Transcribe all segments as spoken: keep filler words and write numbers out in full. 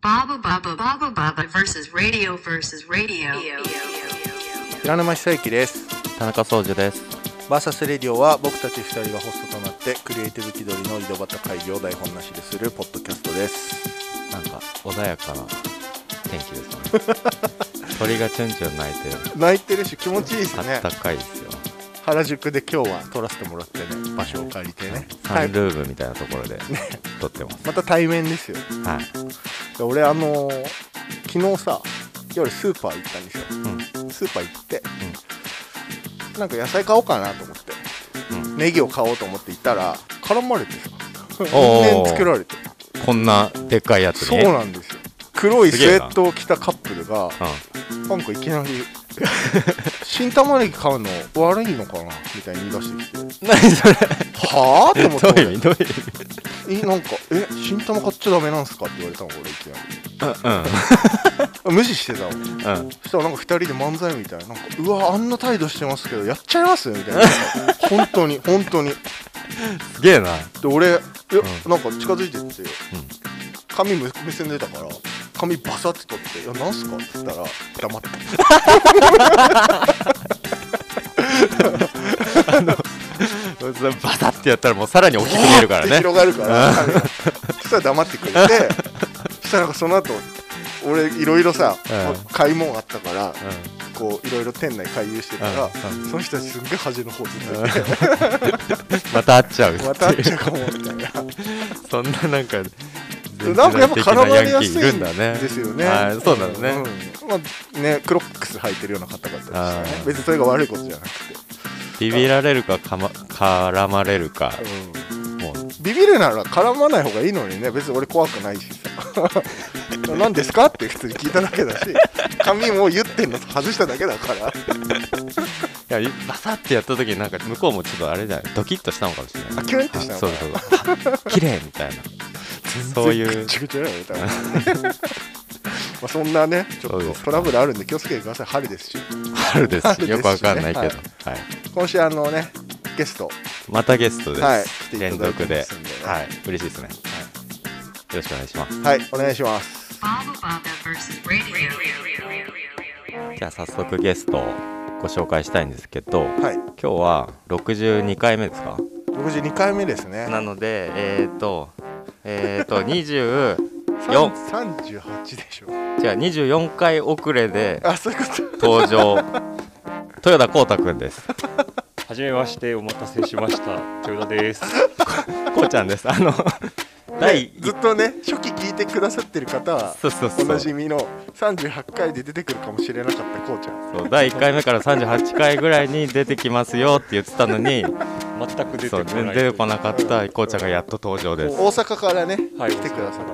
Baba Baba Baba Baba vs Radio vs Radio。 平沼久之です。 田中総司です。 バーサスレディオは僕たちふたりがホストとなってクリエイティブ気取りの井戸端会議を台本なしでするポッドキャストです。 なんか穏やかな天気ですね。鳥がチュンチュン鳴いてる。 鳴いてるし気持ちいいですね。 あったかいですよ。 原宿で今日は撮らせてもらってね、場所を借りてね、 サンルームみたいなところで撮ってます。 また対面ですよ。 はい。 俺あのー、昨日さ夜スーパー行ったんですよ、うん、スーパー行って、うん、なんか野菜買おうかなと思って、うん、ネギを買おうと思って行ったら絡まれてさ因縁つけられて、 こんなでっかいやつに。 そうなんですよ。黒いスウェットを着たカップルが、うん、なんかいきなり新玉ねぎ買うの悪いのかなみたいに言い出してきて、何それはぁと思って、 どういう意味どういう意味えなんかえ新玉買っちゃダメなんすかって言われたの俺いきなり、うん、無視してたの、うん、そしたらなんかふたりで漫才みたいな、なんかうわあんな態度してますけどやっちゃいますみたいな本当に本当にすげえな。 で俺え、うん、なんか近づいてって、うん、髪むくみせんでたから髪バサッて取って「いやなんすか?」って言ったら黙ってあのバサッてやったらもうさらに大きく見えるからね。 広がるからそしたら黙ってくれてそしたらなんかその後俺いろいろさ、うん、買い物あったから、うん、こういろいろ店内回遊してたら、うん、その人たちすんげえ端の方ずっといてまた会っちゃうまた会っちゃうかもみたいなそんななんかなんかやっぱ絡まれやすいんですよね。 あ、そうなんですね。 うん、まあね、クロックス履いてるような方々ですよね。別にそれが悪いことじゃなくて。 ビビられるかか、ま、絡まれるか、 うん、もうビビるなら絡まない方がいいのにね。別に俺怖くないしさ何ですかって普通に聞いただけだし髪も言ってんの外しただけだからいやバサッてやった時になんか向こうもちょっとあれじゃないドキッとしたのかもしれない。 あキュンってしたのかな。 そうそう綺麗みたいなそういうぐっちぐちゃやみたいなまあそんなねちょっとトラブルあるんで気をつけてください。春ですし春ですし、ね、よくわかんないけど、はいはい、 今週あのねゲストまたゲストです、はい、来ていただいてで、 ますんで、ね、 はい、嬉しいですね、はい、よろしくお願いします。 はい、お願いします。 じゃあ早速ゲストをご紹介したいんですけど、 はい、 今日はろくじゅうにかいめですか。 ろくじゅうにかいめですね。 なのでえっ、ー、とえっ、ー、とにじゅうよんさんじゅうはちでしょ。 じゃあにじゅうよんかい遅れであ、そういうこと登場豊田光太くんです。 はじめまして、お待たせしました、豊田です。 こうちゃんです。あのね、ずっとね初期聞いてくださってる方はおなじみのさんじゅうはちかいで出てくるかもしれなかったこうちゃん。 そうだいいっかいめからさんじゅうはちかいぐらいに出てきますよって言ってたのに全く出てこない、 出てこなかったこうちゃんがやっと登場です。 大阪からね、はい、来てくださって、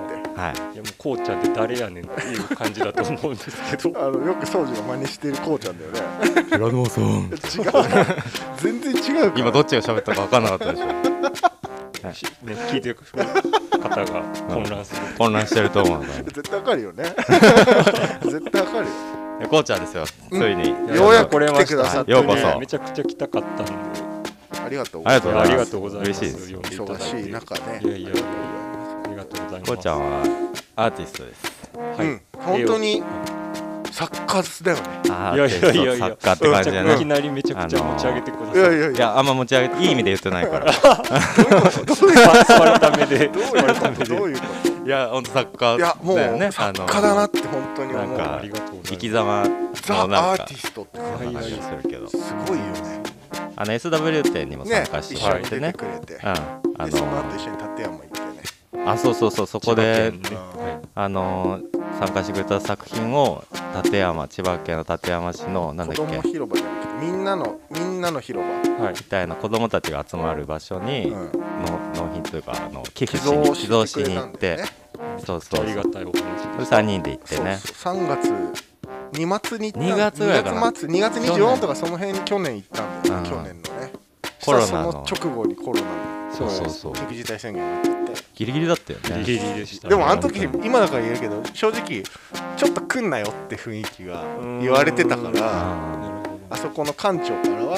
はい、 いやもうこうちゃんって誰やねんっていう感じだと思うんですけどあのよく掃除が真似してるこうちゃんだよね。 平野さん違う全然違うから今どっちが喋ったか分かんなかったでしょはいね、聞いてる方が混乱する、 うん、混乱してると思う絶対わかるよね絶対わかるよ。 こうちゃんですよ、ついに、 うん、ようやく来てくださって、 ようこそ。 めちゃくちゃ来たかったんでありがとうございます。 ありがとうございます。 嬉しいです。 忙しい中ね。 いやいやいやいや、ありがとうございます。 こうちゃんはアーティストです。 はい、 うん、本当に作家だよね。 あー、いやいやいやいや、作家って感じでね。 いきなりめちゃくちゃ持ち上げてください。 いやいやいや、あんま持ち上げていい意味で言ってないからどういうこと座るためでどういうことどういうこと。 いや、ほんと作家だよね。 いやもう作家だなって本当に思う。 なんか生き様ザ・アーティストって感じするけど、 すごいよね。 あの エスダブリュー 展にも参加してくれてね。 一緒に出てくれて、 うん、あのその後一緒に立山行ってね。 あ、そうそうそう、そこであの参加してくれた作品を立山、千葉県の館山市のなんだっけ、 子供広場じゃなくてみんなのみんなの広場、 はい、みたいな子供たちが集まる場所に、うん、の納品というかあの寄付しに寄贈しに行って、そうそうそう、 ありがたいお話でさんにんで行ってね。 そうそう、さんがつにがつに行ったにがつぐらいかな、 にがつにじゅうよっかとかその辺に去年行ったんだよね、去年のね。 コロナのその直後にコロナのそうそうそう緊急事態宣言になっちゃってギリギリだったよね。 ギリギリでした、ね、 でもあの時今だから言えるけど正直ちょっと来んなよって雰囲気が言われてたから、あそこの館長からは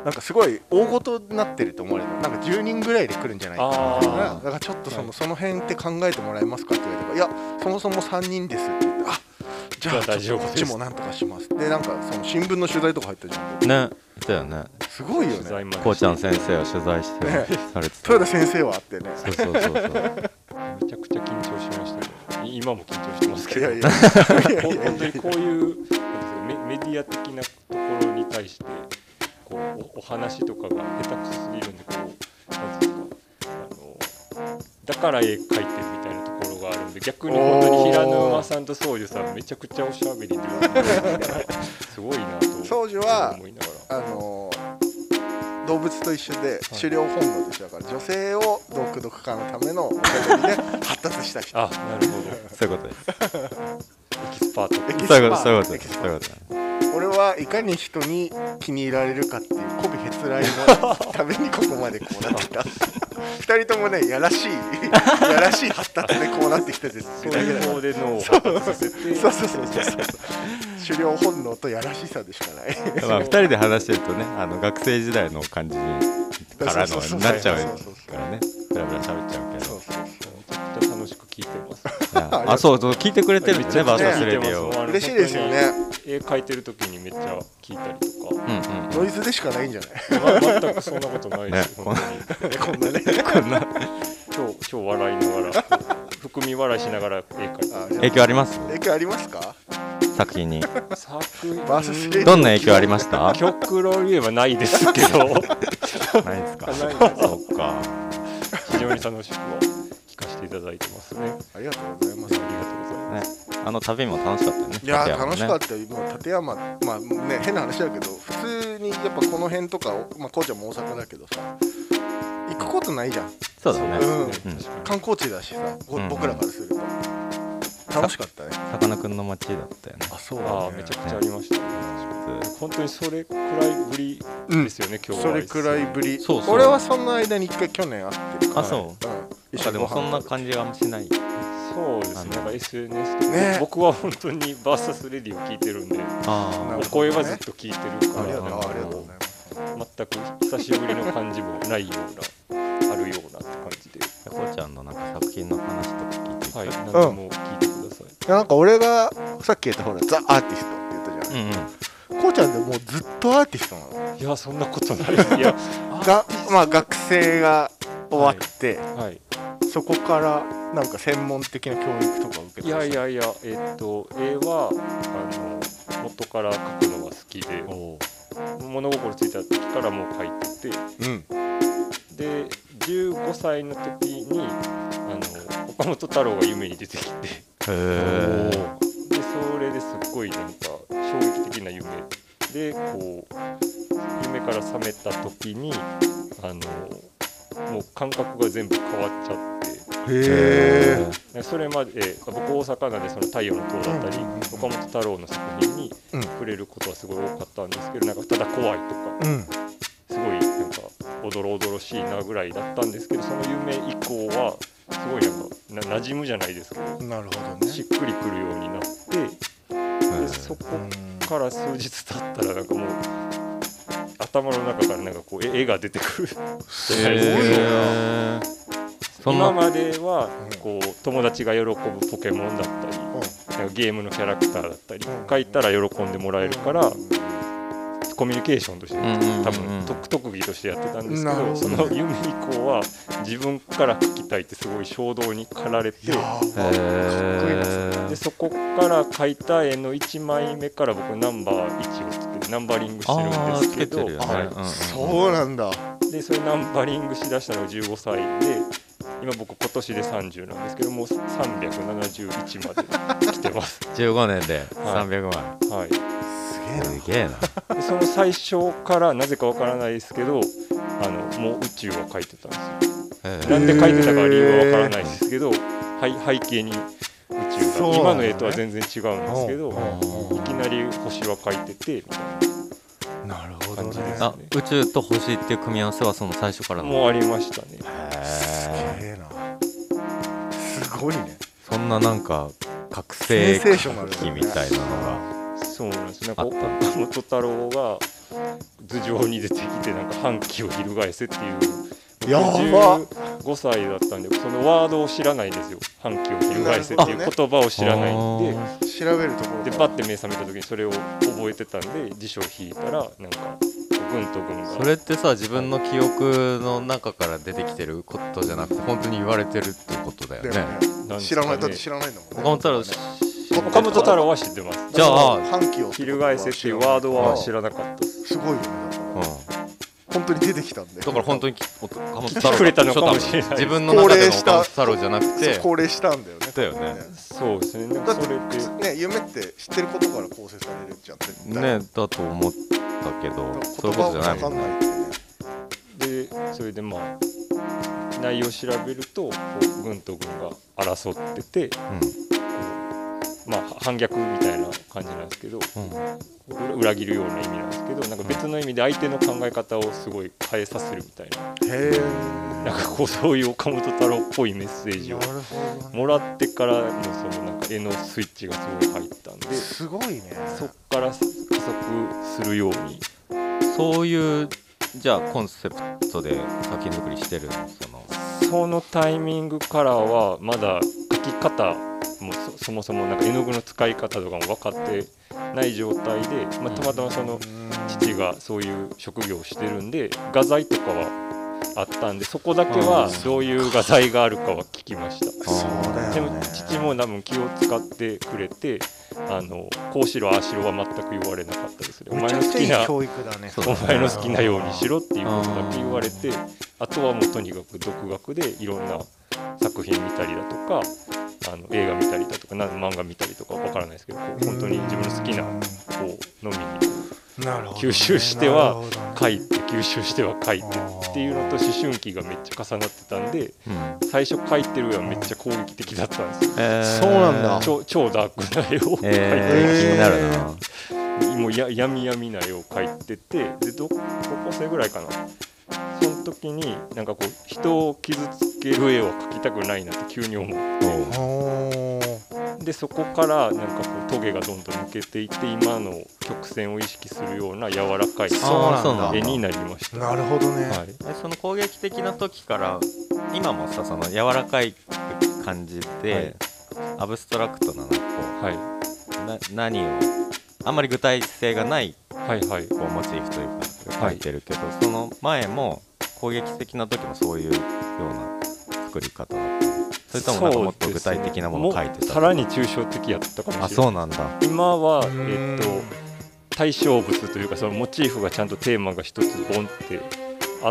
なんかすごい大ごとになってると思われる。なんかじゅうにんぐらいで来るんじゃないかなっていうからだからちょっとその、はい、その辺って考えてもらえますかって言われたから、いやそもそもさんにんですって言って、あじゃあちょっとこっちもなんとかしますで、なんかその新聞の取材とか入ったじゃんね。だよね。 すごいよね。 こうちゃん先生を取材して、ね、されてた。 豊田先生はあってね。 そうそうそうそう。 めちゃくちゃ緊張しましたね。今も緊張してますけど。 いやいや本当にこういうメ, メディア的なところに対してこう お, お話とかが下手くそすぎるんで、こうなんですか、あのだから絵描いてるみたいなところがあるんで、逆に本当に平沼さんと宗樹さんめちゃくちゃおしゃべりですごいなと宗樹は思いながら、 あの動物と一緒で狩猟本能でしょ。だから女性を読読家のためのおしゃべりで発達した人。 あ、なるほど。 そういうことです。 エキスパート。 エキスパそういうことートそういうことです。そういうことです。 俺はいかに人に気に入られるかっていう媚びへつらいのためにここまでこうなってきた。二人ともね、やらしいやらしい発達でこうなってきたですってだけだから。 そういう脳で脳を発達させて。 そうそうそうそうそう。狩猟本能とやらしさでしかない。 まあ二人で話してるとね、あの学生時代の感じからのになっちゃうからね。ブラブラ喋っちゃうけど。 そうそうめちゃくちゃ楽しく聞いてます。 あ、そうそう、聞いてくれてるんですね、バーサスレディオ。 嬉しいですよね。 絵描いてる時にめっちゃ聞いたりとか。 うんうん。 ノイズでしかないんじゃない？ ま、全くそんなことないです。 ね、 本当に。 こんなね。 こんな超超笑いながら、含み笑いしながら絵描いて。 影響あります？ 影響ありますか？ 作品に。 作品。 バーサスレディオどんな影響ありました？ 極論言えばないですけど。 ないですか？ ないです。 そっか。 非常に楽しくは聞かせていただいてますね。 ありがとうございます。 ありがとうございます。 ね、あの旅も楽しかったよね。 いやー、 立山ね楽しかったよ。もう立山、まあね、変な話だけど、普通にやっぱこの辺とか、まあこうちゃんも大阪だけどさ、行くことないじゃん。 そうだね。 うんうん観光地だしさ、ごうん僕らからすると楽しかったね。 さかなクンの街だったよね。 あ、そうああ、めちゃくちゃありましたね。本当にそれくらいぶりですよね、今日は。 それくらいぶり。 そうそう俺はその間に一回去年会ってるから。 あ、そう。 うん。 なんかでもそんな感じがあんましない。 そうですね、なんか エスエヌエス とか、 ね、 僕は本当にバーサスレディを聞いてるんで、 あお声はずっと聞いてるかありがとう、 ら、 ありがとうございます。 全く久しぶりの感じもないような、あるようなって感じで、 あ。こうちゃんのなんか作品の話とか聞いていたはい、 だいて。 何でも聞いてください。 いや、なんか俺がさっき言ったほらザ・アーティストって言ったじゃん。 うんうん。 こうちゃんでもうずっとアーティストなの。 いや、そんなことないです。いや、 が、まあ学生が終わって、 はい、 そこからなんか専門的な教育とか受けていやいやいや、えー、っと絵はあの元から描くのが好きで、物心ついた時からもう描いてて、 うん、 でじゅうごさいの時にあの岡本太郎が夢に出てきて、 へー。 でそれですっごいなんか衝撃的な夢で、こう夢から覚めた時にあのもう感覚が全部変わっちゃって。 へでそれまで、えー僕大阪なんでその太陽の塔だったり、岡本太郎の作品に触れることはすごい多かったんですけど、なんかただ怖いとか、 うん、 すごいなんかおどろおどろしいなぐらいだったんですけど、その夢以降はすごいなんかな馴染むじゃないですけど、 なるほどね。 しっくりくるようになって、でそこから数日経ったらなんかもう頭の中からなんかこう絵が出てくるじゃないですけど、 へー。 今まではこう友達が喜ぶポケモンだったり、なんかゲームのキャラクターだったり書いたら喜んでもらえるから、コミュニケーションとして多分特特技としてやってたんですけど、その夢以降は自分から書きたいってすごい衝動に駆られて、でそこから描いた絵のいちまいめから僕ナンバーいちをつけてナンバリングしてるんですけど、 そうなんだ。 でそれナンバリングしだしたのがじゅうごさいで、今僕今年でさんじゅうなんですけど、もうさんびゃくななじゅういちまで来てます。 じゅうごねんでさんびゃくまい。 はい。 すげえな。 でその最初からなぜかわからないですけど、あのもう宇宙は描いてたんですよ。なんで描いてたか理由はわからないですけど、背景に宇宙が、今の絵とは全然違うんですけど、いきなり星は描いててみたいな。 なるほどね。 あ、宇宙と星っていう組み合わせはその最初からのもうありましたね。 すげえな。すごいね。 そんななんか覚醒器みたいなのがそうなんです。なんか岡本太郎が頭上に出てきてなんか反旗を翻せっていうやばじゅうごさいだったんでそのワードを知らないんですよ。反旗を翻せっていう言葉を知らないんで、 調べるところでパッて目覚めた時にそれを覚えてたんで辞書を引いたらなんか軍と軍がそれってさ自分の記憶の中から出てきてることじゃなくて本当に言われてるっていうことだよね。 だよねなんですかね知らないだって知らないんだもんね。 岡本太郎岡本太郎は知ってます。 じゃあ反旗を翻せっていうワードは知らなかったです。 すごいよね。 うん本当に出てきたんで。 だから本当に岡本来てくれたのかもしれない。 自分の中での岡本太郎じゃなくて高齢したんだよね。 だよね。 そうですね。 だってそれってね夢って知ってることから構成されるじゃん。絶対ねだと思ったけどそういうことじゃないもんね。 でそれでまあ内容を調べるとこう軍と軍が争ってて、まあ反逆みたいな感じなんですけど、 うんうん、 裏切るような意味なんですけど、なんか別の意味で相手の考え方をすごい変えさせるみたいな。 へえ。 なんかこうそういう岡本太郎っぽいメッセージをもらってからのそのなんか絵のスイッチがすごい入ったんで、 すごいね。 そっから加速するように。 そういうじゃあコンセプトで作品作りしてるのそのそのタイミングからはまだ描き方も そ, そもそもなんか絵の具の使い方とかも分かってない状態で、まあ、たまたまその父がそういう職業をしてるんで画材とかはあったんでそこだけはどういう画材があるかは聞きました。 そうだよね。 でも父も多分気を使ってくれてあのこうしろああしろは全く言われなかったですね。お前の好きな教育だね。 お前の好きなようにしろっていうことだけ言われて、あとはもうとにかく独学でいろんな作品見たりだとかあの映画見たりだとかな漫画見たりとかわからないですけどこう本当に自分の好きなこうのみに吸収しては書いて吸収しては書いてっていうのと思春期がめっちゃ重なってたんで、うん、最初書いてる絵はめっちゃ攻撃的だったんですよ、 えー、 そうなんだ。 超、超ダークな絵を描いて、 えー、気になるな。 もうや闇闇な絵を描いててでど高校生ぐらいかなその時になんかこう人を傷つける絵を描きたくないなって急に思ってでそこからなんかこうトゲがどんどん抜けていって今の曲線を意識するような柔らかい絵になりました。 なるほどね、 はい、その攻撃的な時から今もさその柔らかい感じで、はい、アブストラクトななんかこう、はい、な何をあんまり具体性がない、はいはい、こうモチーフというか描いてるけど、はい、その前も攻撃的な時もそういうような作り方だったそれともなんかもっと具体的なものを描いてた、 ね、さらに抽象的やったかもしれない。 あ、そうなんだ。 今は、えっと、対象物というかそのモチーフがちゃんとテーマが一つボンってあって、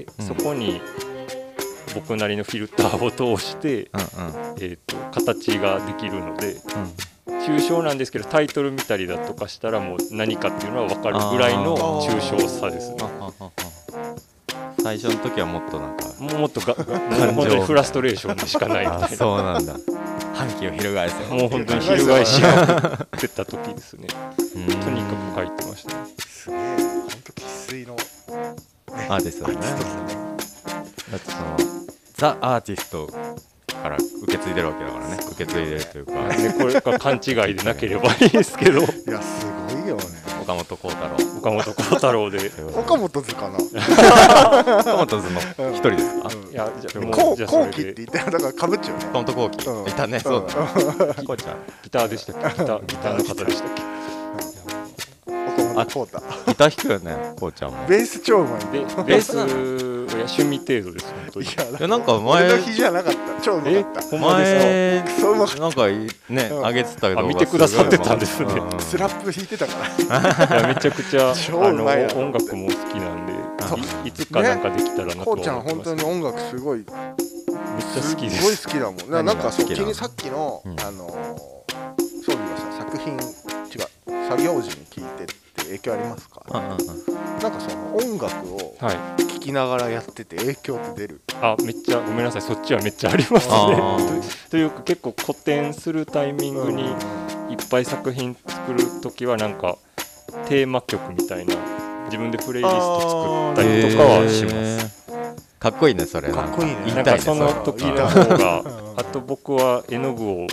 うん、そこに僕なりのフィルターを通して、うんうんえっと、形ができるので、うん、抽象なんですけどタイトル見たりだとかしたらもう何かっていうのは分かるぐらいの抽象さですね。 最初の時はもっとなんかもうもっとがもう本当にフラストレーションでしかないみたいな。 そうなんだ。反旗を翻せ。 もう本当に翻し合ってた時ですね。とにかく書いてましたね。 すげえ、本当生粋の、ね、 アーティストだね。だってそのザ・アーティストから受け継いでるわけだからね。受け継いでるというか、 ね、これが勘違いでなければいいですけど。いやすごいよね。 岡本幸太郎。 岡本幸太郎で。 岡本図かな。 岡本図の一人ですか。 うん、いやじゃあもうじゃあそれで。後期って言ってだからかぶっちゃうね。 岡本幸喜、うん、いたね。そうだ。こうちゃんギターでしたっけ。ギターギターの方でしたっけ。 岡本幸太。 ギター弾くよね。こうちゃんも。 ベース超うまい。 ベースいや趣味程度です本当に。 いやなんか前俺の日じゃなかった超うまかった。 前クソうまかった。 なんかね上げてたけど見てくださってたんですね。 スラップ弾いてたから。 いやめちゃくちゃ超うまいあの音楽も好きなんで い, いつかなんかできたらなと思ってます。 こうちゃん本当に音楽すごいめっちゃ好きです。 すごい好きだもん。な, なんかそう気にさっきの、うん、あのそういうさ作品違う作業時に聴いてって影響ありますか？うんうんうん、なんかその音楽を聴きながらやってて影響って出る？ あめっちゃごめんなさいそっちはめっちゃありますね。と, というか結構古典するタイミングにいっぱい作品作るときはなんかテーマ曲みたいな自分でプレイリスト作ったりとかはします。 かっこいいねそれ。 かっこいいね。 なんかその時の方があと僕は絵の具をあ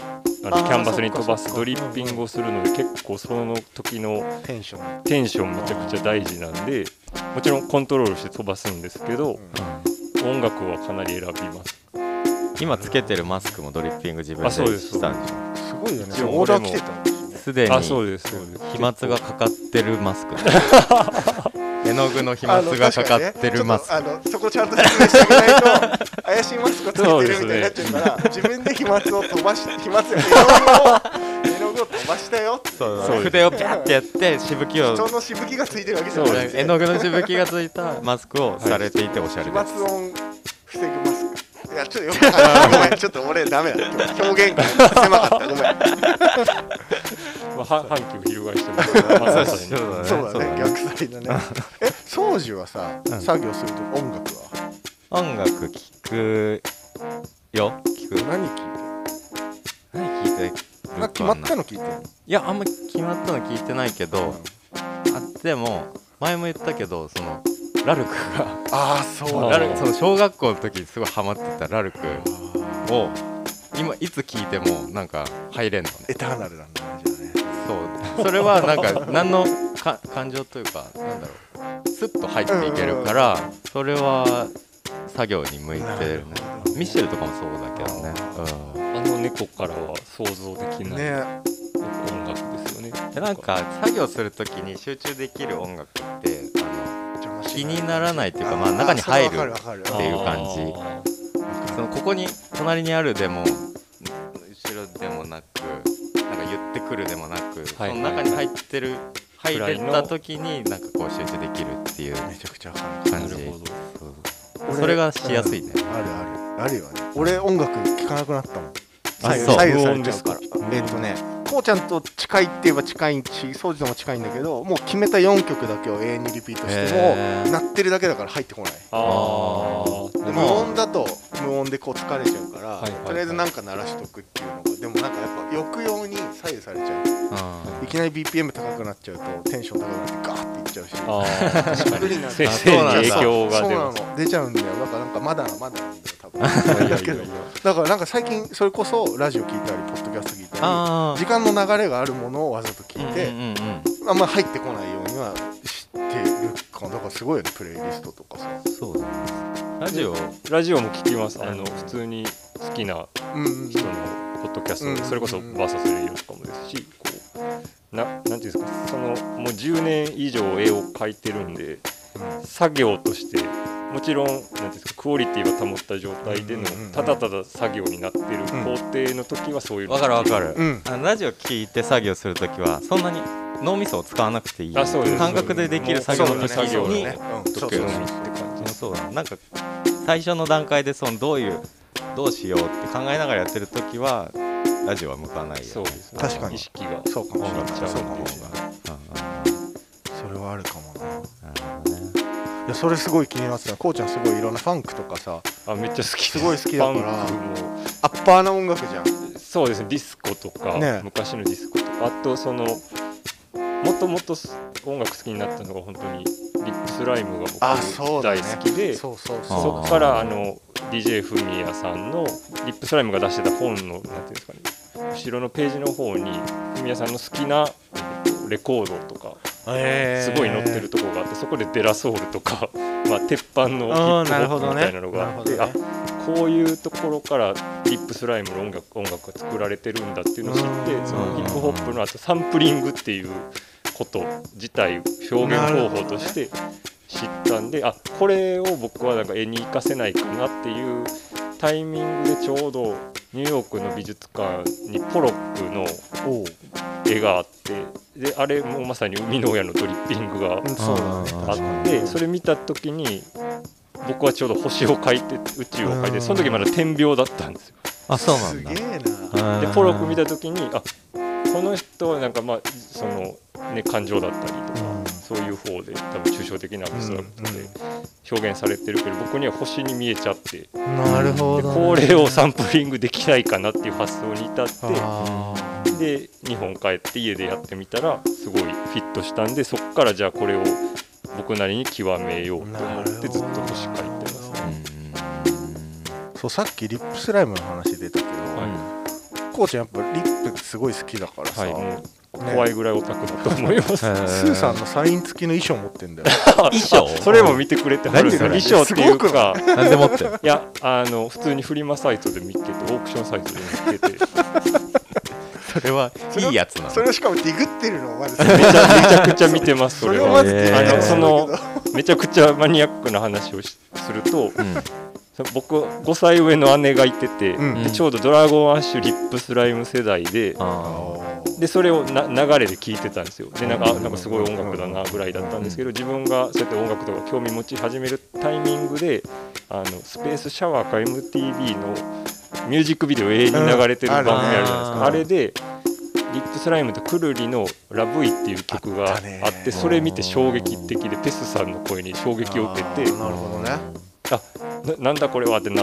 あのキャンバスに飛ばすドリッピングをするので結構その時のテンションテンションめちゃくちゃ大事なんで、もちろんコントロールして飛ばすんですけど、うん、音楽はかなり選びます。 今つけてるマスクもドリッピング自分でしたんでしょ。 すごいよね。オーダー来てたんですね。 すでに飛沫がかかってるマスク絵の具の飛沫がかかってるマスク、 あの、ね、そこちゃんと説明してあげないと怪しいマスクをつけてるみたいになっちゃうから、ね、自分で飛沫を飛ばし飛沫絵の具を絵の具を飛ばしたよって。 そうそう、筆をピャってやってしぶきを人のしぶきがついてるわけじゃないです絵の具のしぶきがついたマスクをされていておしゃれです。 飛沫音防ぐマスク。いやちょっとよくわかんないごめんちょっと俺ダメだ表現が狭かったごめんまあ反旗を翻してもらうそうだね逆サイだねえ掃除はさ、うん、作業すると音楽は音楽聴くよ聴く何聴いて何聴いてるなんか決まったの聴いてるいやあんま決まったの聴いてないけど、うん、あでも前も言ったけどそのラルクがあそうラルクその小学校の時すごいハマってたラルクを今いつ聴いてもなんか入れんのね。 エターナルなんだねじゃあね。 そうそれはなんか何のか感情というかなんだろうスッと入っていけるからそれは作業に向いてるね。ミシェルとかもそうだけどね、 うん、あの猫からは想像できない、ね、音楽ですよね。 でなんか作業するときに集中できる音楽って気にならないっていうか、まあ中に入るっていう感じ。そのここに隣にあるでも後ろでもなく、なんか言ってくるでもなく、その中に入ってる入れた時になんかこう集中できるっていうめちゃくちゃ感じ。それがしやすいね。 あるあるあるよね。俺音楽聴かなくなったもん。 あ、そう。 左右されちゃうから。えっとね。こうちゃんと近いって言えば近いし掃除とも近いんだけどもう決めたよんきょくだけを永遠にリピートしても鳴ってるだけだから入ってこない。 あで無音だと無音でこう疲れちゃうから、はいはいはい、とりあえずなんか鳴らしとくっていうのがでもなんかやっぱ抑揚に左右されちゃう。いきなり ビーピーエム 高くなっちゃうとテンション高くなってガーっていっちゃうし確かに先生に影響が出ます。 そうなの出ちゃうんだよ。だからなんかまだまだなんだよ多分だけどだからなんか最近それこそラジオ聞いたりポッドキャスト聞いたり時間の流れがあるものをわざと聞いて、うんうんうん、あんま入ってこないようにはしてるか。だからすごいよねプレイリストとかさ。 そうだね。ラジオラジオも聞きます。あの普通に好きな人のポッドキャストで、うんうん、それこそバーサスレイディオとかもですし、こうななんていうんですか、そのもうじゅうねん以上絵を描いてるんで、うん、作業としてもちろんなんていうんですかクオリティは保った状態でのただただ作業になってる工程の時はそういうのわかるわかる、うん、あのラジオ聞いて作業する時はそんなに脳みそを使わなくていい感覚でできる作業の時に特にって感じ。 そうだなんか最初の段階でそのどういうどうしようって考えながらやってる時はラジオは向かないよね。 そうですね。 確かに意識がそうかもしれない。 そうかもしれない。 それはあるかもな。なるほどね。いやそれすごい気になってた。こうちゃんすごいいろんなファンクとかさあめっちゃ好きすごい好きだからアッパーな音楽じゃん。 そうですね。ディスコとか、ね、昔のディスコとかあとそのもともと音楽好きになったのが本当にリップスライムが僕大好きで、そこからあの ディージェー フミヤさんのリップスライムが出してた本のなんていうんですかね後ろのページの方にフミヤさんの好きなレコードとかすごい載ってるところがあって、そこでデラソールとか、まあ、鉄板のヒップホップみたいなのがあって、あこういうところからリップスライムの音楽音楽が作られてるんだっていうのを知って、そのヒップホップのあとサンプリングっていうこと自体表現方法として知ったんで、あこれを僕はなんか絵に活かせないかなっていうタイミングでちょうどニューヨークの美術館にポロックの絵があって、であれもまさに生みの親のドリッピングがあって、それ見た時に僕はちょうど星を描いて宇宙を描いて、その時まだ点描だったんですよ。 あそうなんだ。 すげえな。 でポロック見た時にあこの人はなんかまあそのね感情だったりとかそういう方で多分抽象的なアブストラクトで表現されてるけど、僕には星に見えちゃって、 なるほど、ね、 これをサンプリングできないかなっていう発想に至って、で日本帰って家でやってみたらすごいフィットしたんで、そこからじゃあこれを僕なりに極めようと思ってずっと星書いてます、ね、 そうさっきリップスライムの話出たけど、はい、 こうちゃんやっぱリップすごい好きだからさ、 はい、もう怖いぐらいオタクだと思います、 スーさんのサイン付きの衣装持ってんだよ衣装それも見てくれてはるんですよ。衣装っていうかなんで持っていやあの普通にフリマサイトで見つけてオークションサイトで見つけてそれはいいやつなの。 それをしかもディグってるのをまずめちゃめちゃくちゃ見てます。それはそれをまずディグってるあのそのめちゃくちゃマニアックな話をしすると、 うん僕ごさい上の姉がいてて、 うんでちょうどドラゴンアッシュリップスライム世代で、 あでそれをな流れで聞いてたんですよ。でなんかあなんかすごい音楽だなぐらいだったんですけど、自分がそうやって音楽とか興味持ち始めるタイミングであのスペースシャワーか エムティービー のミュージックビデオ永遠に流れてる番組あるじゃないですか、 うんあれでリップスライムとくるりのラブイっていう曲があっあったねて、それ見て衝撃的でペスさんの声に衝撃を受けて、 なるほどね。 あ な, なんだこれはってなって、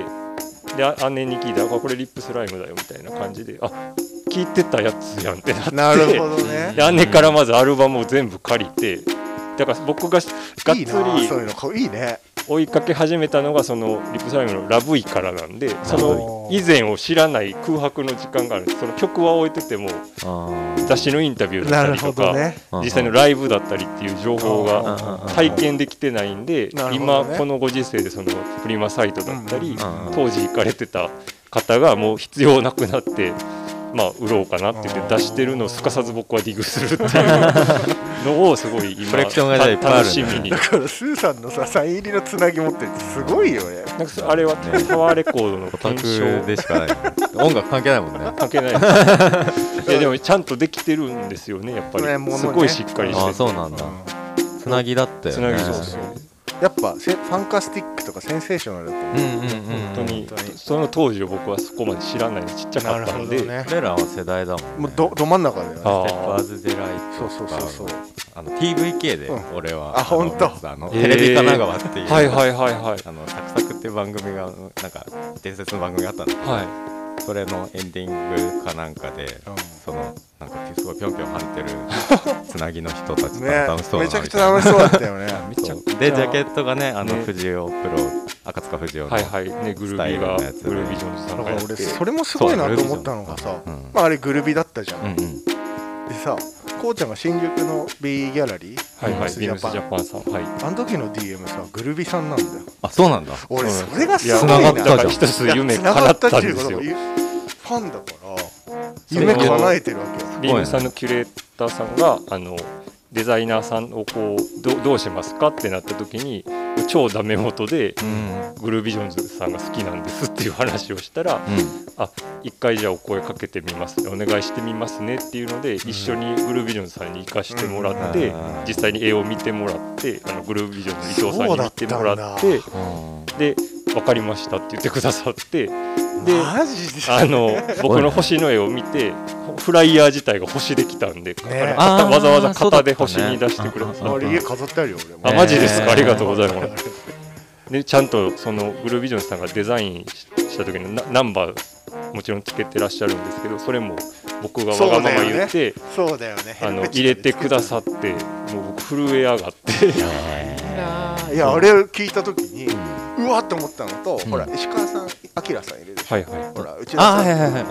であ姉に聞いたらこれリップスライムだよみたいな感じで、あ聞いてたやつやんってなってなるほどね。 で姉からまずアルバムを全部借りて、だから僕ががっついいなそういうのこういいね。 追いかけ始めたのがそのリップスライムのラブイからなんで、その以前を知らない空白の時間があるんです。その曲は置いてても雑誌のインタビューだったりとか、 ね、 実際のライブだったりっていう情報が体験できてないんで、 ね、 今このご時世でそのフリマサイトだったり、当時行かれてた方がもう必要なくなってまあ売ろうかなって言って出してるのをすかさず僕はディグするっていうのをすごい今コレクションがいっぱいある楽しみに。 だからスーさんのさサイン入りのつなぎ持ってるってすごいよね。 なんかあれはタワーレコードのオタ検証クでしかない音楽関係ないもんね。 関係ないですいやでもちゃんとできてるんですよねやっぱり、 ねもうねすごいしっかりしてて、 あそうなんだ、 うんつなぎだって、ね、 つなぎそうそうやっぱセファンタスティックとかセンセーショナルだと思う、 うんうんうん、 本当にその当時を僕はそこまで知らないでちっちゃかったんで、 ね、 俺らは世代だもん、ね、 もう ど, ど真ん中だよね。 ステッパーズデライトとかそうそうそうそうあの ティーブイケー で俺は、 うん、あ本当あのテレビ神奈川っていう、 はいはいはいはいあのサクサクっていう番組がなんか伝説の番組があったんだけど、 はいそれのエンディングかなんかで、うん、そのなんかすごいぴょんぴょん跳ねてるつなぎの人たちと楽しそうだなみたいな、 ね、めちゃくちゃ楽しそうだったよねめちゃくちゃでジャケットがねあのね藤尾プロ赤塚藤尾のはいはいねグルビーがグルビジョンズさんがやって、 俺それもすごいなと思ったのがさ、 うんまあ、あれグルビだったじゃん、 うんうん、 でさこうちゃんが新宿の B ギャラリーはいはいビームスジャンパンさん、はい、 あの時の ディーエム さグルビさんなんだよ。 あそうなんだ。 俺それがすごい繋がったじゃんだから一つ夢叶ったんですよ。 ファンだから夢叶えてるわけよ。 ビームさんのキュレーターさんがあのデザイナーさんをこう ど, どうしますかってなった時に超ダメ元で、うん、グルービジョンズさんが好きなんですっていう話をしたら、うん、あ一回じゃあお声かけてみますお願いしてみますねっていうので、うん、一緒にグルービジョンズさんに行かしてもらって、うん、実際に絵を見てもらってあのグルービジョンズ伊藤さんに見てもらってで分かりましたって言ってくださってでマジであの僕の星の絵を見てフライヤー自体が星できたんで、ね、わざわざ型で星に出してくれた、 ね、あれ家飾ってあるよ俺も。 あマジですか、ありがとうございますでちゃんとそのグルービジョンズさんがデザインした時のナンバーもちろんつけてらっしゃるんですけどそれも僕がわがまま言ってそうだよね、 あの入れてくださってもう僕震え上がっていやあれを聞いた時に、うん、うわって思ったのと、うん、ほら石川さん明さんいるでしょ、 はいはい、 ほらうちのさん、はいはいはい、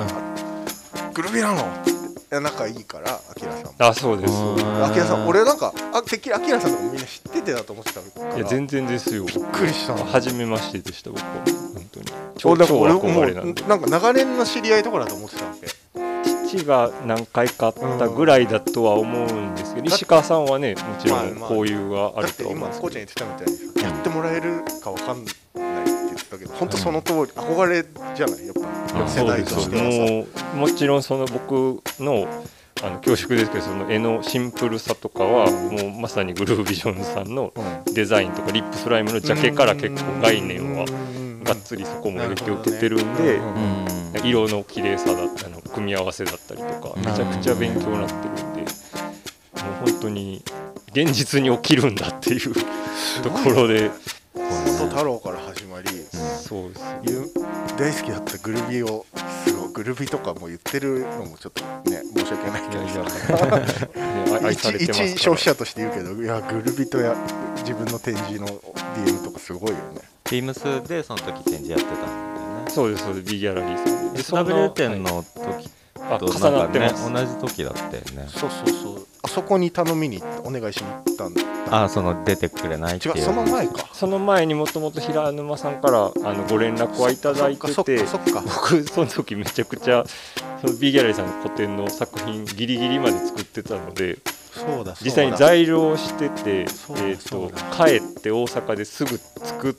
グルビなのって仲いいから明さんもあそうです明さん俺なんかあてっきり明さんとかみんな知っててだと思ってたからいや全然ですよびっくりしたの初めましてでした僕は本当に超超憧れなんでなんか長年の知り合いとかだと思ってたわけ父が何回かあったぐらいだとは思うんですけど、うん、石川さんはねもちろん交友があるとは思うんですけど、 まあまあ、だって今こうちゃん言ってたみたいにさやってもらえるかわかんないって言ってたけど本当その通り、うん、憧れじゃないやっぱ世代としてはさもうもちろんその僕のあの恐縮ですけどその絵のシンプルさとかはもうまさにグルービジョンズさんのデザインとかリップスライムのジャケから結構概念はがっつりそこも影響を受けてるんで、色の綺麗さだったり組み合わせだったりとかめちゃくちゃ勉強になってるんでもう本当に現実に起きるんだっていうところで本当太郎から始まり、うん、 そうです大好きだったグルビをすごいグルビとかも言ってるのもちょっとね申し訳ないけどさ一消費者として言うけどいやグルビとや自分の展示の ディーエム とかすごいよね。 ビームスでその時展示やってたんだよね。 そうですそうです B ギャラリーさんでエスダブリュー 店の時あと重なってなんかます、 ね、同じ時だったよね。 そうそうそう、あそこに頼みにお願いしに行ったんだ。 あその出てくれないっていう。 違う、その前か。 その前にもともと平沼さんからあのご連絡はいただいてそっかて、 そっかそっか。 僕その時めちゃくちゃその B ギャラリーさんの個展の作品ギリギリまで作ってたので、 そうだ、 実際に材料をしてて、えそうだーそうとだ帰って大阪ですぐ作って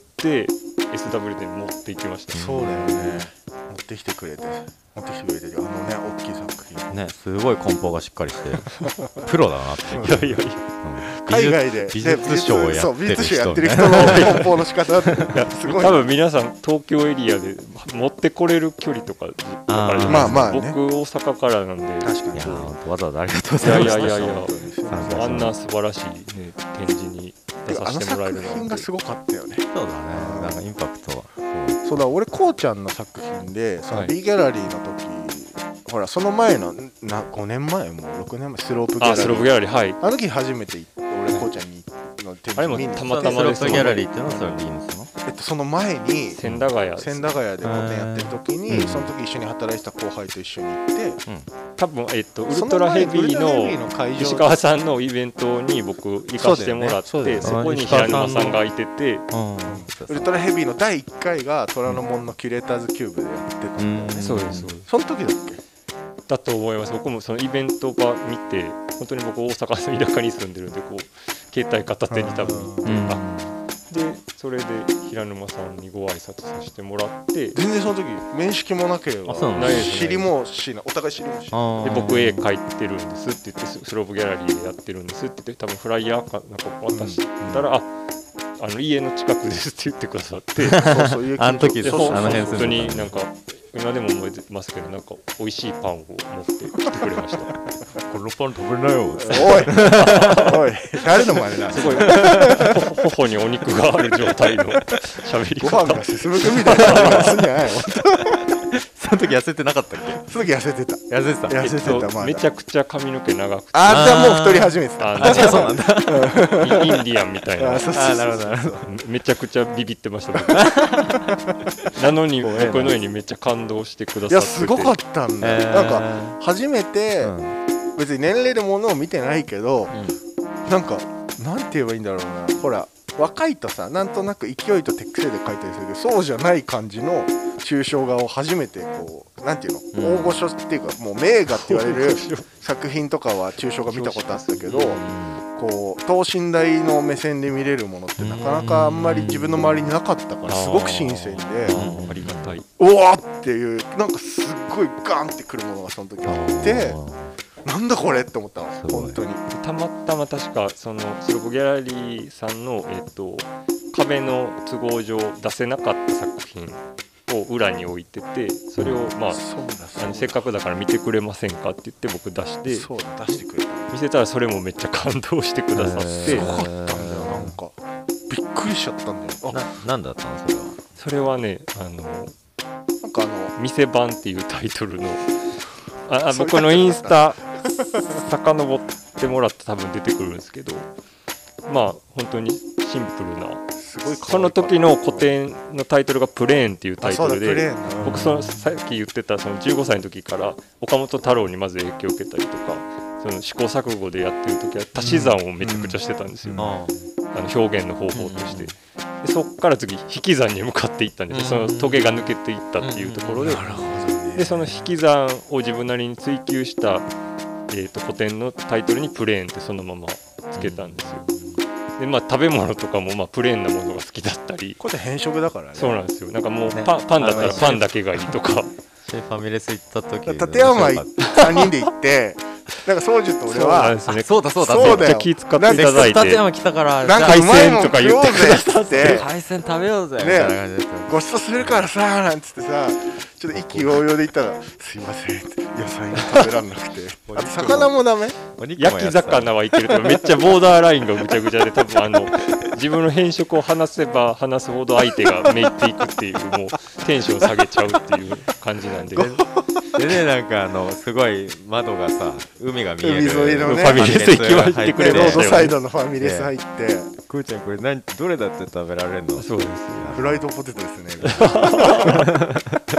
エスダブリュー 店に持っていきました。 そうだよね。持ってきてくれて、持ってきてくれて、あのね、大きい作品。 ね、すごい梱包がしっかりしてプロだなっていう。 いやいやいやうん海外で美術美術賞をやそう美ってる人術賞やってるね。 人の梱包の仕方すごい。 多分皆さん東京エリアで持ってこれる距離とかだからじゃないですか。 まあまあね僕大阪からなんで、 確かにいやそう。 本当わざわざありがとうごいざいました。 やいやいやいや本当に感謝あんな素晴らしい、ね、展示に出さあのせてもらえ作るなんて。 品がすごかったよね。 そうだね。なんかインパクトは。 そうだ、俺こうちゃんの作品でそのはい B ギャラリーの時、ほらその前のなごねんまえもうろくねんまえスロープギャラリー、 あスロープギャラリーはいあの時初めて行って俺こうちゃんにの展あれも示見に行たまったスロまですープギャラリーっていうのはそれビームスの。 えっとその前に千駄ヶ谷です千駄ヶ谷で個展やってる時に、 うんその時一緒に働いてた後輩と一緒に行って、 多分、えっと、ウルそトラヘビーウルトラヘビーのの会場石川さんのイベントに僕行かせてもらって そ,、 そうだよねそうだよねこに平沼さんがいてて、 うん。 ウルトラヘビーのだいいっかいが虎ノ門のキュレーターズキューブでやってたんだよね、 うんそうですそうですその時だっけ。 だと思います。僕もそのイベント場見て本当に僕大阪の田舎に住んでるんでこう携帯片手に多分行って、 うんあでそれで平沼さんにご挨拶させてもらってで全然その時面識もなければあそうなんだないです知りもしない、お互い知りもしない。 あー僕絵描いてるんですって言ってススロープギャラリーでやってるんですって言って多分フライヤーかなんか渡したら、ああの家の近くですって言ってくださってそうそういうあの時でそうそうあの辺本当住んでたになんか今でも覚えてますけどなんか美味しいパンを持ってきてくれましたこのパン食べなよ。 おいおい誰の真似だ。 すごいほ頬にお肉がある状態の喋りご方飯が進む組みたいな感じがすんじゃないの。 その時痩せてなかったっけ？ その時痩せてた。 痩せてた。 痩せてた、 えっとまだめちゃくちゃ髪の毛長くてあー、じゃあもう太り始めてた。 ああ、じゃあそうなんだ。 インディアンみたいなあそうそうそうあー、なるほどなるほど。 めちゃくちゃビビってました僕なのに僕の絵にめっちゃ感動してくださってていやすごかったんだよ、 えーなんか初めて、 うん別に年齢で物を見てないけど、 うんなんかなんて言えばいいんだろうな、ほら若いとさなんとなく勢いと手癖で描いたりするけどそうじゃない感じの抽象画を初めてこうなんていうの、 うん大御所っていうかもう名画って言われる作品とかは抽象画見たことあったけど、こう等身大の目線で見れるものってなかなかあんまり自分の周りになかったからすごく新鮮で、 うんありがたいおわっていうなんかすっごいガンってくるものがその時あってなんだこれって思ったのすごい本当に。 たまたま確かそのスロープギャラリーさんの、えっと、壁の都合上出せなかった作品を裏に置いててそれをまあそうだそうだあのせっかくだから見てくれませんかって言って僕出してそうだ出してくれた。 見せたらそれもめっちゃ感動してくださって、 すごかったんだよなんかびっくりしちゃったんだよ。あな、なんだったのそれは。 それはねあのなんかあの 「店番」っていうタイトルのああそういう僕のインスタ遡ってもらって多分出てくるんですけどまあ本当にシンプルなすごい可愛かったその時の個展のタイトルが「プレーン」っていうタイトルあそうだプレでーンな僕そのさっき言ってたそのじゅうごさいの時から岡本太郎にまず影響を受けたりとかその試行錯誤でやってる時は足し算をめちゃくちゃしてたんですよ、 ああの表現の方法として、でそっから次引き算に向かっていったんですよ、 うんそのトゲが抜けていったっていうところで、 なるほどね。 でその引き算を自分なりに追求した、えー、と古典のタイトルにプレーンってそのままつけたんですよ。でまあ食べ物とかもまあプレーンなものが好きだったりこれ変色だからね。 そうなんですよ。なんかもうねパンパンだったらあのパンだけがいいとかシェファミレス行った時立山さんにんで行ってなんか宗樹と俺そうなんはですね。 そうだそうだそうだよめっちゃ気使っていただいて立山来たからなんか海うまいもん鮮とか食おうぜ言ってくださっつって海鮮食べようぜみたいな感じでごちそうするからさなんつってさちょっと意気揚々で言ったらすいませんって野菜が食べらんなくてあと魚もダメ。 焼き魚はいけるけどめっちゃボーダーラインがぐちゃぐちゃで多分あの自分の変色を話せば話すほど相手がめいっていくっていうもうテンション下げちゃうっていう感じなんで。 でねなんかあのすごい窓がさ海が見える海沿いのねファミレス行きましてくれでローましたよドサイドのファミレス入ってくーちゃんこれ何どれだって食べられるの？ そうです。 フライドポテトですね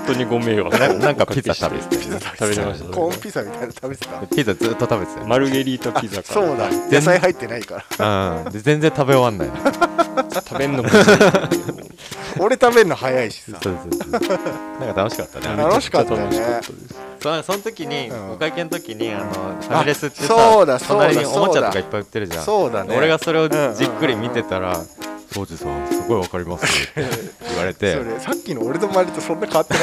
当にご迷惑ななんかピザ食べてピザ食べてましたコーンピザみたいなの食べてた。 ピザずっと食べてたよ、 マルゲリータピザかそうだ、野菜入ってないからうん、で全然食べ終わんないの食べんのも難しい俺食べるの早いしさ。 そうそうそうなんか楽しかったね。 楽しかったよね。 そその時に、 うんお会計の時にあのファミレスってさ、 そうだそうだ隣におもちゃとかいっぱい売ってるじゃん。 そうだね。 俺がそれをじっくり見てたら、当時さんすごいわかりますって言われて、 それさっきの俺と周りとそんな変わってない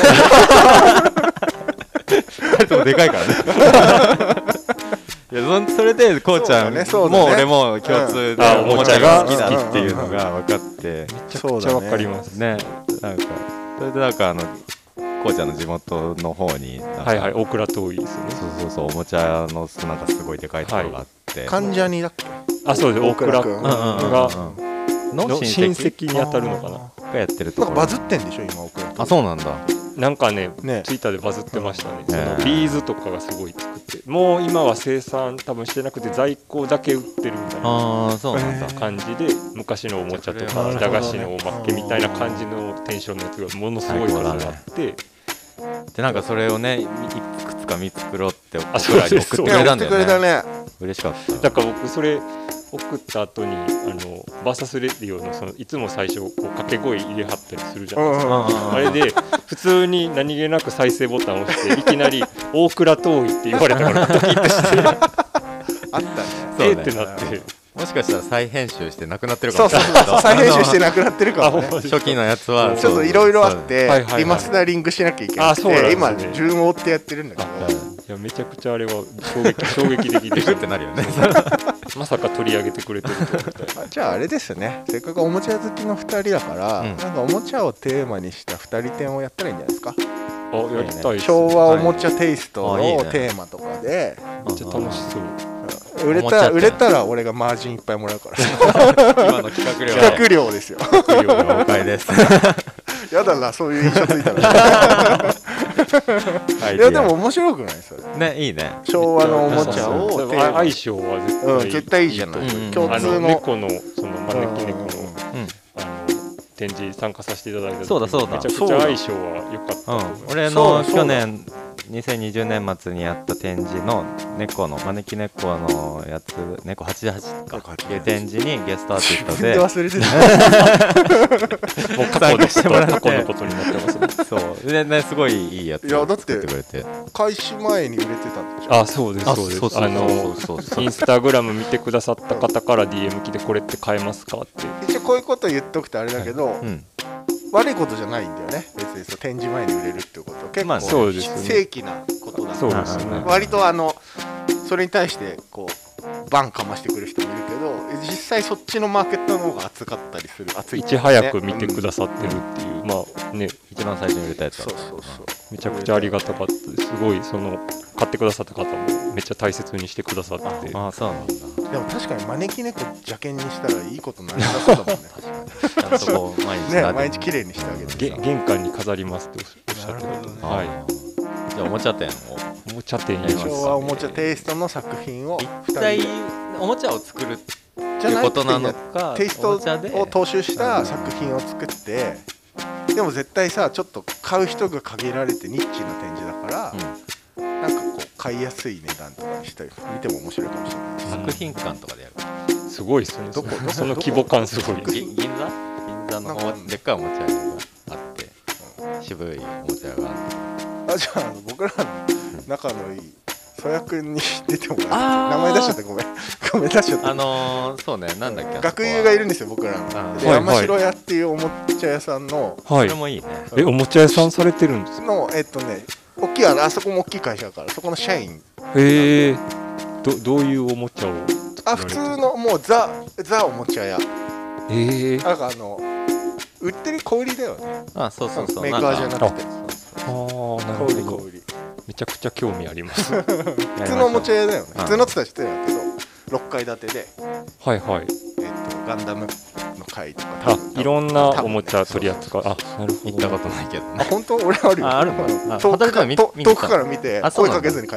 ふたりともでかいからねいや そ, それでこうちゃん、 そうだねそうだね、 もう俺も共通でうんおもちゃが好きっていうのが分かって、 めちゃくちゃわかりますね。なんかそれでなんかあのこうちゃんの地元の方にはいはい、大倉遠いですね。 そうそうそう、おもちゃのなんかすごいでかいところがあって、 関ジャニだっけ。 あ、そうです、大倉君君がのの親戚に当たるのかながやってるところ。 なんかバズってんでしょ今奥田。 あ、そうなんだ。 なんかね、 ねツイッターでバズってましたね。そねのビーズとかがすごい作って、もう今は生産多分してなくて在庫だけ売ってるみたいなああ、そうなんだ。 感じで、昔のおもちゃとかなるほどね駄菓子のおまけみたいな感じのテンションのやつがものすごい数があって、 でなんかそれをねいくつか見繕ってあ僕らに送ってくれたんだ送ってくれたよね。 ね。 嬉しかった。 だから僕それ送った後にあのバーサスレディオのそのいつも最初こう掛け声入れはったりするじゃないですか。 うんあれで普通に何気なく再生ボタンを押していきなり大倉遠いって言われたからドキッとしてあったね。 そうねえーってなってもしかしたら再編集してなくなってるかそうそうもしれないけど、 そう。再編集してなくなってるかもね。 あ初期のやつはちょっといろいろあってはいはいはいリマスタリングしなきゃいけなくあそうなんて、 ですね今順を追ってやってるんだけど。 いやめちゃくちゃあれは衝撃衝撃的でしってなるよね。 まさか取り上げてくれてると思ったらあじゃああれですよね。せっかくおもちゃ好きのふたりだから、 うんなんかおもちゃをテーマにしたふたり展をやったらいいんじゃないですか。 あやりたいです昭和おもちゃテイストはいあいいねのテーマとかで、 めっちゃ楽しそう売れおもちゃ展た売れたら俺がマージンいっぱいもらうから今の企画料企画料ですよ。 了解です。 やだな、そういう印象ついたらいいやでも面白くないそれ。 ね、いいね。 昭和のおもちゃをそうテーマに相性は絶対うん、絶対いいじゃない、 うんあの共通の猫のその招き猫のうん。 あの展示参加させていただいた時そうだそうだめちゃくちゃ相性は良かったと思います。 俺のそうだそうだ去年にせんにじゅうねん末にやった展示の猫の招き猫のやつ、猫はちじゅうはちかっていう展示にゲストアーティスト自分でで忘れてた。 もう過去のしてもらってこと過去のことになってますね。 そうでね、すごいいいやついやだって作ってくれて、 開始前に売れてたんでしょ。 あ、そうですそうです。あのそうそうインスタグラム見てくださった方から ディーエム 来てこれって買えますかって。 一応こういうこと言っとくとあれだけど、 うん、 悪いことじゃないんだよね。別にそう展示前に売れるってこと結まあ構そうですね正規なことだから、 そうですね。 割とあのそれに対してこうバンかましてくる人もいるけど、実際そっちのマーケットの方が熱かったりする。熱いいち早く見てくださってるっていう、まあね、 一番最初に売れたやつだそうそうそう。 めちゃくちゃありがたかったです。すごいその買ってくださった方もめっちゃ大切にしてくださって、 ああ、そうなんだ。 でも確かに招き猫邪険にしたらいいことになりそうだもんね。 ちゃんとこう毎日ね、 撫で毎日綺麗にしてあげてげさ。 玄関に飾りますっておっしゃってたなるほどねと。はい。 じゃあおもちゃ店をおもちゃ店やります。 昭和おもちゃテイストの作品を一体二人おもちゃを作るってじゃいうことなくてなのか、 テイストをおもちゃで踏襲した作品を作って、でも絶対さちょっと買う人が限られてニッチな展示だから、なんかこう買いやすい値段とかにしたり見ても面白いかもしれないし。 作品館とかでやる。 すごいですね。 どこどこその規模感すごい。 ぎ銀座銀座のおもなんかでっかいおもちゃ屋があって渋いおもちゃ屋があってあ、じゃああの僕らの仲のいい曽谷君に出てもらって、 あー名前出しちゃってごめんごめん出しちゃった。 あのー、そうね、なんだっけ、 学友がいるんですよ僕らの。で、 あはい山城屋っていうおもちゃ屋さんのはいそれ。もいいね。 え、おもちゃ屋さんされてるんですか。 のえっとね大きいあのあそこも大きい会社だからそこの社員。 へえ。どどういうおもちゃを。 あ、普通のもうザザおもちゃ屋。 ええ。 なんかあの売ってる小売りだよね。 あ、そうそうそう。 メーカーじゃなくてああ、な小売りるほど。 小売り。 めちゃくちゃ興味あります。 普通のおもちゃ屋だよね。 うん普通のって言ったら知ってるんだけどろっかい建てで、 はいはい。 えっとガンダムの回とかあ多分、 いろんなおもちゃ取り扱う。あ、なるほど。 行ったことないけどあね。 本当俺あるよ。 ああるのあ遠くか畑から見と見に行った遠くから見てあそうなんだ声かけずに帰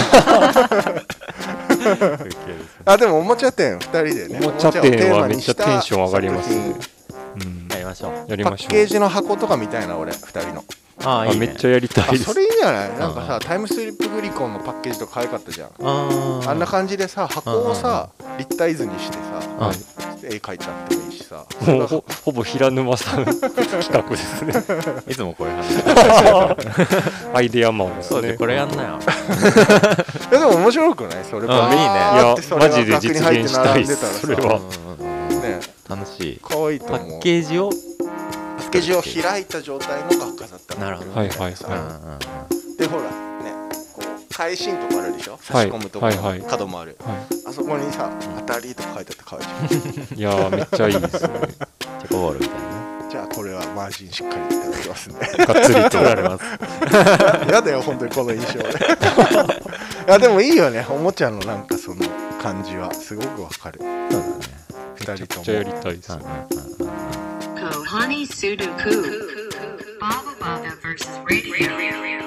った。あでもおもちゃ店ふたりでね。 おもちゃ店はめっちゃおもちゃをテーマにしたテンション上がりますね作。 うん。 やりましょう。 やりましょう。 パッケージの箱とかみたいな俺ふたりのああいい、ね、 めっちゃやりたいあです。 それいいんじゃない？なんかさタイムスリップグリコンのパッケージとか可愛かったじゃん。 ああんな感じでさ箱をさ立体図にしてさ、 はい、 絵描いてあってもいいしさ、 もう ほ, ほぼ平沼さん企画ですね。 いつもこれ話アイデアマンですね。 そうでこれやんなよ。 いやでも面白くない？それあいいね。 いやマジで実現したいです。それは、 ね、楽しい。 可愛いと思う。 パッケージをパッケージを開いた状態のが飾った。 なるほど。 はいはいはい。 でほらね、こう返しんとこあるでしょ。差し込むとこ、はいはいはい、角もある、はい。あそこにさ当たりとか書いてあって可愛いじゃん。 いやーめっちゃいいですね。 チョコボールみたいなね。 じゃあこれはマージンしっかりいただきますんで。 がっつりとられます。 やだよ本当にこの印象で。いやでもいいよね、おもちゃのなんかその感じはすごくわかる。そうだね。二人とも。めっちゃやりたいですね。 Kohani Sudoku Baba Baba versus Radio